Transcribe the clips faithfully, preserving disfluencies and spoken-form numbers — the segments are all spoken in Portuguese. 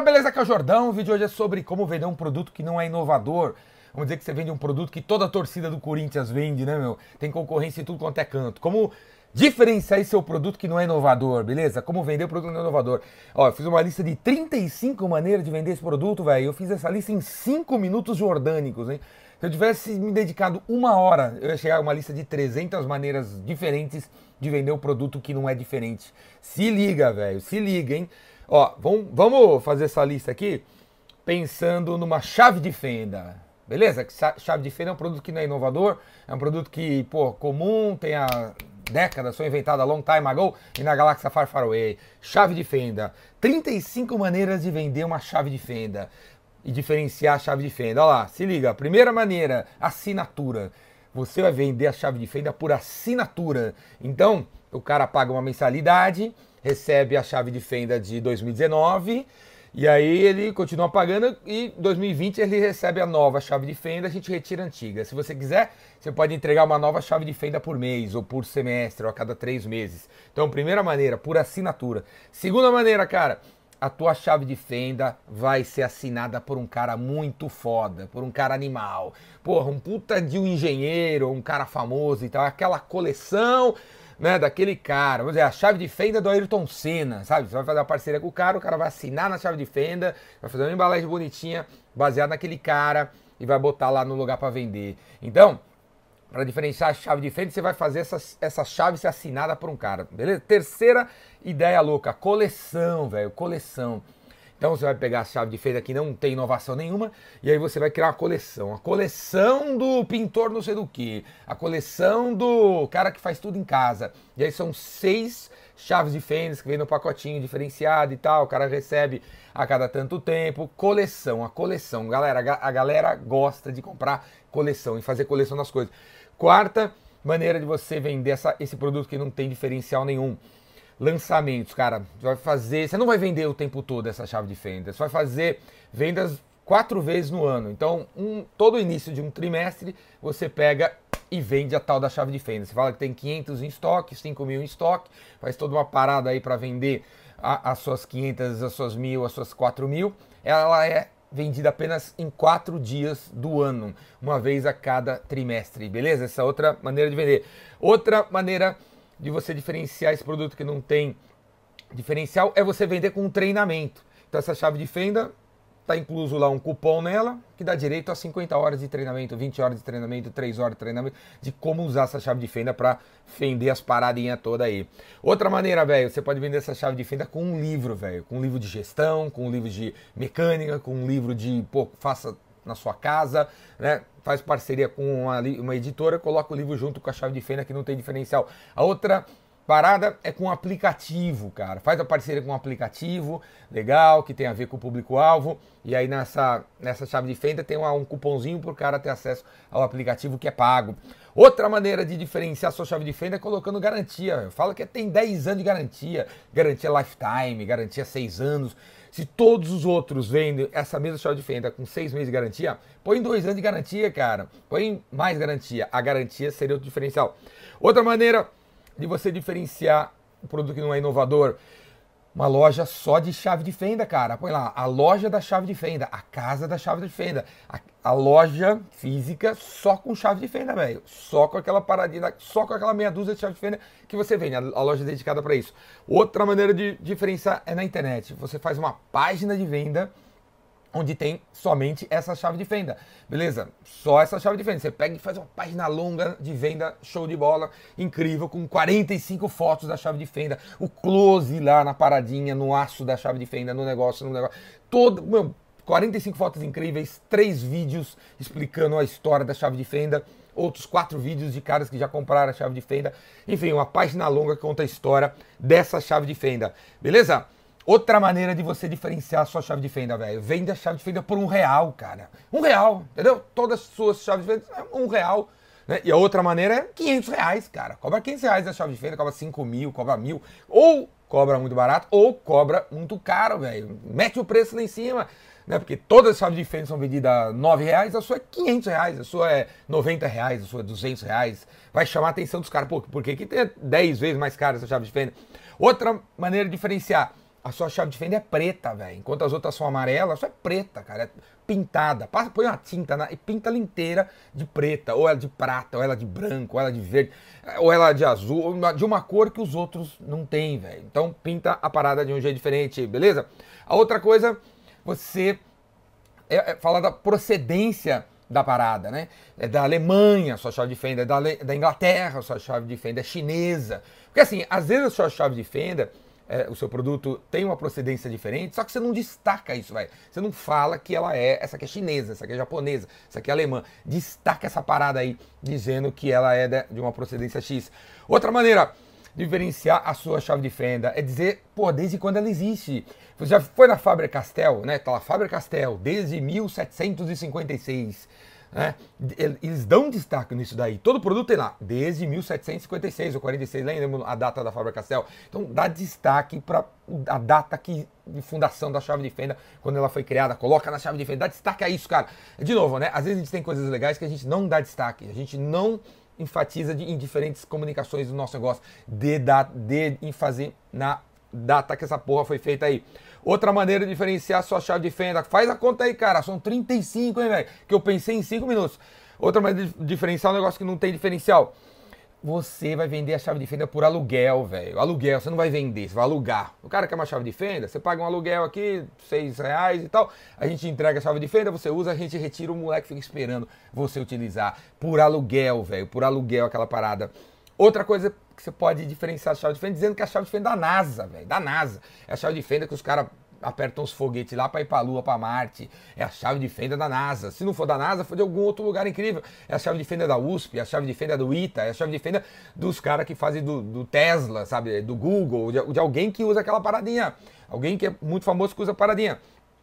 beleza? Aqui é o Jordão. O vídeo hoje é sobre como vender um produto que não é inovador. Vamos dizer que você vende um produto que toda a torcida do Corinthians vende, né, meu? Tem concorrência em tudo quanto é canto. Como diferenciar esse seu produto que não é inovador, beleza? Como vender o produto que não é inovador. Ó, eu fiz uma lista de trinta e cinco maneiras de vender esse produto, velho. Eu fiz essa lista em cinco minutos jordânicos, hein? Se eu tivesse me dedicado uma hora, eu ia chegar a uma lista de trezentas maneiras diferentes de vender um produto que não é diferente. Se liga, velho, se liga, hein? Ó, vamos, vamos fazer essa lista aqui pensando numa chave de fenda, beleza? Chave de fenda é um produto que não é inovador, é um produto que, pô, comum, tem a décadas, foi inventada a long time ago e na galáxia far, far away. Chave de fenda. trinta e cinco maneiras de vender uma chave de fenda e diferenciar a chave de fenda. Olha lá, se liga. Primeira maneira, assinatura. Você vai vender a chave de fenda por assinatura. Então, o cara paga uma mensalidade, recebe a chave de fenda de dois mil e dezenove, e aí ele continua pagando e em dois mil e vinte ele recebe a nova chave de fenda, a gente retira a antiga. Se você quiser, você pode entregar uma nova chave de fenda por mês, ou por semestre, ou a cada três meses. Então, primeira maneira, por assinatura. Segunda maneira, cara, a tua chave de fenda vai ser assinada por um cara muito foda, por um cara animal. Porra, um puta de um engenheiro, um cara famoso e tal, aquela coleção, né, daquele cara. Vamos dizer, a chave de fenda do Ayrton Senna, sabe? Você vai fazer uma parceria com o cara, o cara vai assinar na chave de fenda, vai fazer uma embalagem bonitinha, baseada naquele cara, e vai botar lá no lugar para vender. Então, para diferenciar a chave de fenda, você vai fazer essa, essa chave ser assinada por um cara, beleza? Terceira ideia louca, coleção, velho, coleção. Então você vai pegar a chave de fenda que não tem inovação nenhuma, e aí você vai criar uma coleção. A coleção do pintor não sei do que, a coleção do cara que faz tudo em casa. E aí são seis chaves de fendas que vem no pacotinho diferenciado e tal, o cara recebe a cada tanto tempo. Coleção, a coleção. Galera, a galera gosta de comprar coleção e fazer coleção das coisas. Quarta maneira de você vender essa, esse produto que não tem diferencial nenhum. Lançamentos, cara, você vai fazer, você não vai vender o tempo todo essa chave de fenda, você vai fazer vendas quatro vezes no ano. Então, um, todo início de um trimestre, você pega e vende a tal da chave de fenda. Você fala que tem quinhentos em estoque, cinco mil em estoque, faz toda uma parada aí para vender a, as suas quinhentas, as suas mil, as suas quatro mil. Ela é vendida apenas em quatro dias do ano, uma vez a cada trimestre, beleza? Essa é outra maneira de vender. Outra maneira de você diferenciar esse produto que não tem diferencial é você vender com um treinamento. Então essa chave de fenda está incluso lá um cupom nela que dá direito a cinquenta horas de treinamento, vinte horas de treinamento, três horas de treinamento de como usar essa chave de fenda para vender as paradinhas todas aí. Outra maneira, velho, você pode vender essa chave de fenda com um livro, velho, com um livro de gestão, com um livro de mecânica, com um livro de, pô, faça na sua casa, né? Faz parceria com uma, uma editora, coloca o livro junto com a chave de fenda que não tem diferencial. A outra parada é com um aplicativo, cara. Faz a parceria com um aplicativo legal, que tem a ver com o público-alvo, e aí nessa, nessa chave de fenda tem uma, um cupomzinho para o cara ter acesso ao aplicativo que é pago. Outra maneira de diferenciar a sua chave de fenda é colocando garantia. Fala que tem dez anos de garantia, garantia lifetime, garantia seis anos. Se todos os outros vendem essa mesma chave de fenda com seis meses de garantia, põe dois anos de garantia, cara. Põe mais garantia. A garantia seria outro diferencial. Outra maneira de você diferenciar um produto que não é inovador, uma loja só de chave de fenda, cara. Põe lá, a loja da chave de fenda, a casa da chave de fenda, a, a loja física só com chave de fenda, velho. Só com aquela paradinha, só com aquela meia dúzia de chave de fenda que você vende, a, a loja dedicada para isso. Outra maneira de diferenciar é na internet. Você faz uma página de venda onde tem somente essa chave de fenda, beleza? Só essa chave de fenda. Você pega e faz uma página longa de venda, show de bola, incrível, com quarenta e cinco fotos da chave de fenda, o close lá na paradinha, no aço da chave de fenda, no negócio, no negócio, todo, meu, quarenta e cinco fotos incríveis, três vídeos explicando a história da chave de fenda, outros quatro vídeos de caras que já compraram a chave de fenda, enfim, uma página longa que conta a história dessa chave de fenda, beleza? Outra maneira de você diferenciar a sua chave de fenda, velho, vende a chave de fenda por um real, cara. Um real, entendeu? Todas as suas chaves de fenda é um real. Né? E a outra maneira é quinhentos reais, cara. Cobra quinhentos reais a chave de fenda, cobra cinco mil, cobra mil. Ou cobra muito barato, ou cobra muito caro, velho. Mete o preço lá em cima. Né? Porque todas as chaves de fenda são vendidas a nove reais, a sua é quinhentos reais, a sua é noventa reais, a sua é duzentos reais. Vai chamar a atenção dos caras. Pô, por que que tem dez vezes mais caro essa chave de fenda? Outra maneira de diferenciar a sua chave de fenda é preta, velho. Enquanto as outras são amarelas, a sua é preta, cara. É pintada. Passa, põe uma tinta na, e pinta ela inteira de preta. Ou ela de prata, ou ela de branco, ou ela de verde, ou ela de azul, ou uma, de uma cor que os outros não têm, velho. Então pinta a parada de um jeito diferente, beleza? A outra coisa, você é, é falar da procedência da parada, né? É da Alemanha a sua chave de fenda, é da, da Inglaterra a sua chave de fenda, é chinesa. Porque assim, às vezes a sua chave de fenda, é, o seu produto tem uma procedência diferente, só que você não destaca isso, velho. Você não fala que ela é, essa aqui é chinesa, essa aqui é japonesa, essa aqui é alemã. Destaca essa parada aí, dizendo que ela é de, de uma procedência X. Outra maneira de diferenciar a sua chave de fenda é dizer, pô, desde quando ela existe. Você já foi na Faber-Castell, né? Tá lá, Faber-Castell, desde mil setecentos e cinquenta e seis. Né? Eles dão destaque nisso daí. Todo produto tem lá, desde mil setecentos e cinquenta e seis ou quarenta e seis, lembra a data da Faber-Castell? Então dá destaque para a data que, de fundação da chave de fenda, quando ela foi criada, coloca na chave de fenda, dá destaque a isso, cara. De novo, né? Às vezes a gente tem coisas legais que a gente não dá destaque, a gente não enfatiza de, em diferentes comunicações do nosso negócio, de, de, de fazer na data que essa porra foi feita aí. Outra maneira de diferenciar a sua chave de fenda, faz a conta aí, cara, são trinta e cinco, hein, velho, que eu pensei em cinco minutos. Outra maneira de diferenciar um negócio que não tem diferencial, você vai vender a chave de fenda por aluguel, velho. Aluguel, você não vai vender, você vai alugar. O cara quer uma chave de fenda, você paga um aluguel aqui, seis reais e tal, a gente entrega a chave de fenda, você usa, a gente retira, o moleque fica esperando você utilizar. Por aluguel, velho, por aluguel aquela parada. Outra coisa que você pode diferenciar a chave de fenda dizendo que é a chave de fenda da NASA, velho, da NASA. É a chave de fenda que os caras apertam os foguetes lá para ir para a Lua, para Marte. É a chave de fenda da NASA. Se não for da NASA, for de algum outro lugar incrível. É a chave de fenda da U S P, é a chave de fenda do ITA, é a chave de fenda dos caras que fazem do, do Tesla, sabe? Do Google, de, de alguém que usa aquela paradinha. Alguém que é muito famoso que usa a paradinha.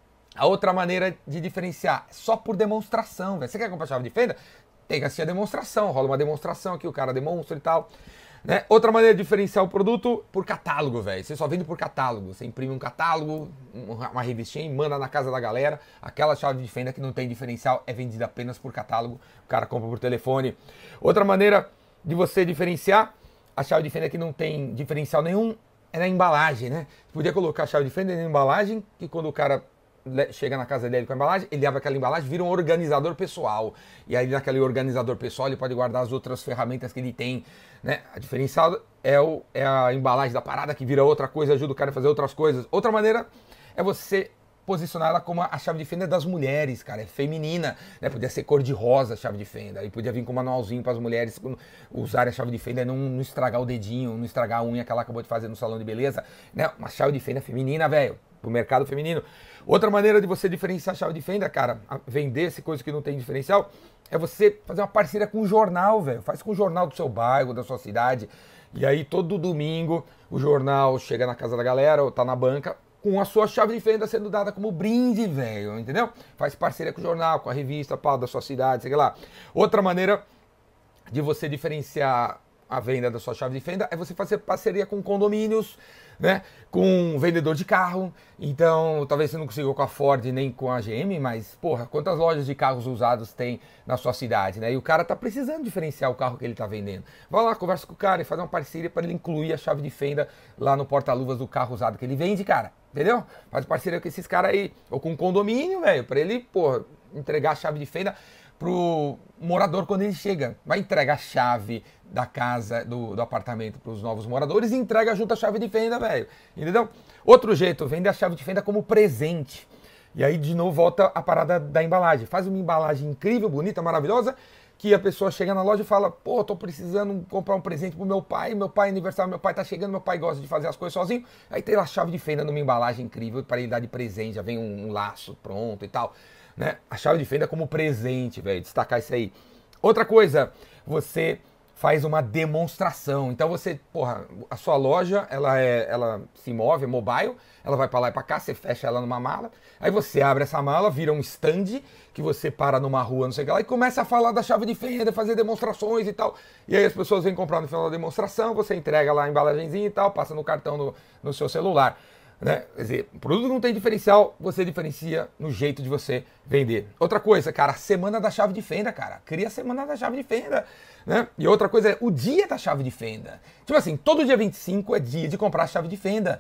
A outra maneira de diferenciar, só por demonstração, velho. Você quer comprar chave de fenda? Tem que assistir a demonstração, rola uma demonstração aqui, o cara demonstra e tal. Né? Outra maneira de diferenciar o produto, por catálogo, velho. Você só vende por catálogo. Você imprime um catálogo, uma revistinha e manda na casa da galera. Aquela chave de fenda que não tem diferencial é vendida apenas por catálogo. O cara compra por telefone. Outra maneira de você diferenciar a chave de fenda que não tem diferencial nenhum é na embalagem, né? Você podia colocar a chave de fenda na embalagem, que quando o cara chega na casa dele com a embalagem, ele abre aquela embalagem, vira um organizador pessoal. E aí naquele organizador pessoal ele pode guardar as outras ferramentas que ele tem, né? A diferencial é, o, é a embalagem da parada que vira outra coisa, ajuda o cara a fazer outras coisas. Outra maneira é você posicionar ela como a chave de fenda das mulheres, cara, é feminina, né? Podia ser cor de rosa a chave de fenda, aí podia vir com um manualzinho para as mulheres usarem a chave de fenda e não, não estragar o dedinho, não estragar a unha que ela acabou de fazer no salão de beleza, né? Uma chave de fenda feminina, velho, pro mercado feminino. Outra maneira de você diferenciar a chave de fenda, cara, vender essa coisa que não tem diferencial, é você fazer uma parceria com o jornal, velho. Faz com o jornal do seu bairro, da sua cidade. E aí todo domingo o jornal chega na casa da galera ou tá na banca com a sua chave de fenda sendo dada como brinde, velho, entendeu? Faz parceria com o jornal, com a revista, pá, da sua cidade, sei lá. Outra maneira de você diferenciar a venda da sua chave de fenda é você fazer parceria com condomínios, né? Com um vendedor de carro. Então, talvez você não consiga com a Ford nem com a G M, mas, porra, quantas lojas de carros usados tem na sua cidade, né? E o cara tá precisando diferenciar o carro que ele tá vendendo. Vai lá, conversa com o cara e faz uma parceria para ele incluir a chave de fenda lá no porta-luvas do carro usado que ele vende, cara. Entendeu? Faz parceria com esses caras aí. Ou com um condomínio, velho, para ele, porra, entregar a chave de fenda pro morador quando ele chega. Vai entregar a chave da casa, do, do apartamento para os novos moradores e entrega junto a chave de fenda, velho. Entendeu? Outro jeito, vende a chave de fenda como presente. E aí, de novo, volta a parada da embalagem. Faz uma embalagem incrível, bonita, maravilhosa, que a pessoa chega na loja e fala, pô, tô precisando comprar um presente pro meu pai, meu pai é aniversário, meu pai tá chegando, meu pai gosta de fazer as coisas sozinho. Aí tem lá a chave de fenda numa embalagem incrível para ele dar de presente, já vem um, um laço pronto e tal. Né? A chave de fenda como presente, velho, destacar isso aí. Outra coisa, você faz uma demonstração. Então você, porra, a sua loja, ela é, ela se move, é mobile, ela vai para lá e para cá, você fecha ela numa mala, aí você abre essa mala, vira um stand que você para numa rua, não sei o que lá, e começa a falar da chave de fenda, fazer demonstrações e tal. E aí as pessoas vêm comprar no final da demonstração, você entrega lá a embalagenzinha e tal, passa no cartão no, no seu celular. Né? Quer dizer, o produto não tem diferencial, você diferencia no jeito de você vender. Outra coisa, cara, a semana da chave de fenda, cara. Cria a semana da chave de fenda. Né? E outra coisa é o dia da chave de fenda. Tipo assim, todo dia vinte e cinco é dia de comprar a chave de fenda.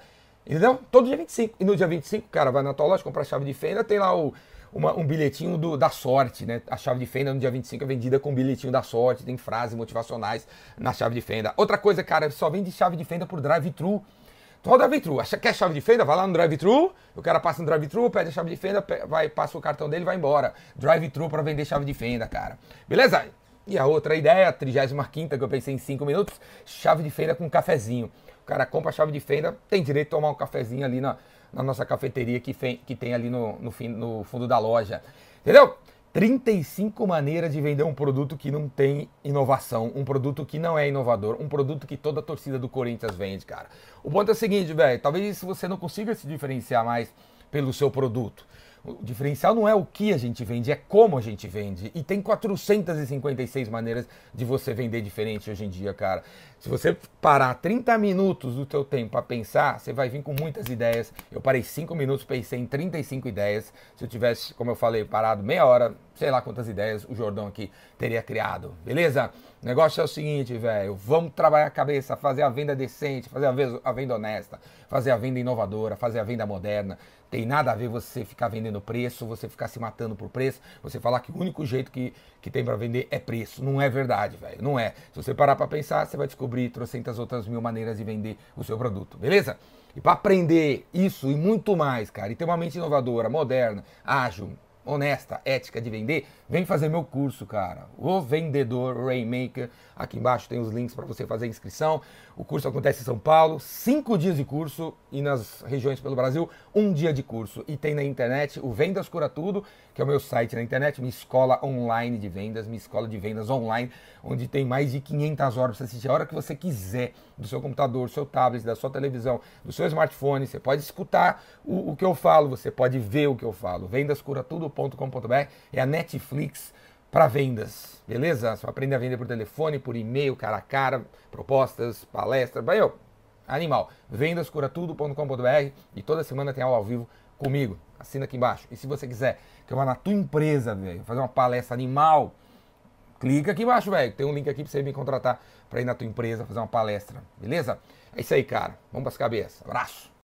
Entendeu? Todo dia vinte e cinco. E no dia vinte e cinco, o cara vai na tua loja, compra a chave de fenda, tem lá o, uma, um bilhetinho do, da sorte, né? A chave de fenda no dia vinte e cinco é vendida com um bilhetinho da sorte, tem frases motivacionais na chave de fenda. Outra coisa, cara, só vende chave de fenda por drive-thru. Só drive-thru. Quer chave de fenda? Vai lá no drive-thru, o cara passa no drive-thru, pede a chave de fenda, vai, passa o cartão dele e vai embora. Drive-thru pra vender chave de fenda, cara. Beleza? E a outra ideia, a trigésima quinta, que eu pensei em cinco minutos, chave de fenda com um cafezinho. O cara compra a chave de fenda, tem direito a tomar um cafezinho ali na, na nossa cafeteria que, fe, que tem ali no, no, fim, no fundo da loja. Entendeu? trinta e cinco maneiras de vender um produto que não tem inovação, um produto que não é inovador, um produto que toda a torcida do Corinthians vende, cara. O ponto é o seguinte, velho, talvez você não consiga se diferenciar mais pelo seu produto. O diferencial não é o que a gente vende, é como a gente vende. E tem quatrocentas e cinquenta e seis maneiras de você vender diferente hoje em dia, cara. Se você parar trinta minutos do teu tempo para pensar, você vai vir com muitas ideias. Eu parei cinco minutos, pensei em trinta e cinco ideias. Se eu tivesse, como eu falei, parado meia hora, sei lá quantas ideias o Jordão aqui teria criado. Beleza? O negócio é o seguinte, velho. Vamos trabalhar a cabeça, fazer a venda decente, fazer a venda honesta, fazer a venda inovadora, fazer a venda moderna. Tem nada a ver você ficar vendendo preço, você ficar se matando por preço, você falar que o único jeito que, que tem para vender é preço. Não é verdade, velho. Não é. Se você parar para pensar, você vai descobrir trocentas outras mil maneiras de vender o seu produto, beleza? E para aprender isso e muito mais, cara, e ter uma mente inovadora, moderna, ágil, honesta, ética de vender, vem fazer meu curso, cara. O Vendedor Rainmaker. Aqui embaixo tem os links para você fazer a inscrição. O curso acontece em São Paulo, cinco dias de curso, e nas regiões pelo Brasil, um dia de curso. E tem na internet o Vendas Cura Tudo, que é o meu site na internet, minha escola online de vendas, minha escola de vendas online, onde tem mais de quinhentas horas para você assistir a hora que você quiser, do seu computador, do seu tablet, da sua televisão, do seu smartphone. Você pode escutar o, o que eu falo, você pode ver o que eu falo. vendas cura tudo ponto com ponto b r é a Netflix para vendas, beleza? Você vai aprender a vender por telefone, por e-mail, cara a cara, propostas, palestras, vai eu, animal. vendas cura tudo ponto com ponto b r e toda semana tem aula ao vivo comigo. Assina aqui embaixo. E se você quiser que eu vá na tua empresa, velho, fazer uma palestra animal, clica aqui embaixo, velho. Tem um link aqui para você me contratar para ir na tua empresa fazer uma palestra, beleza? É isso aí, cara. Vamos para as cabeças. Abraço.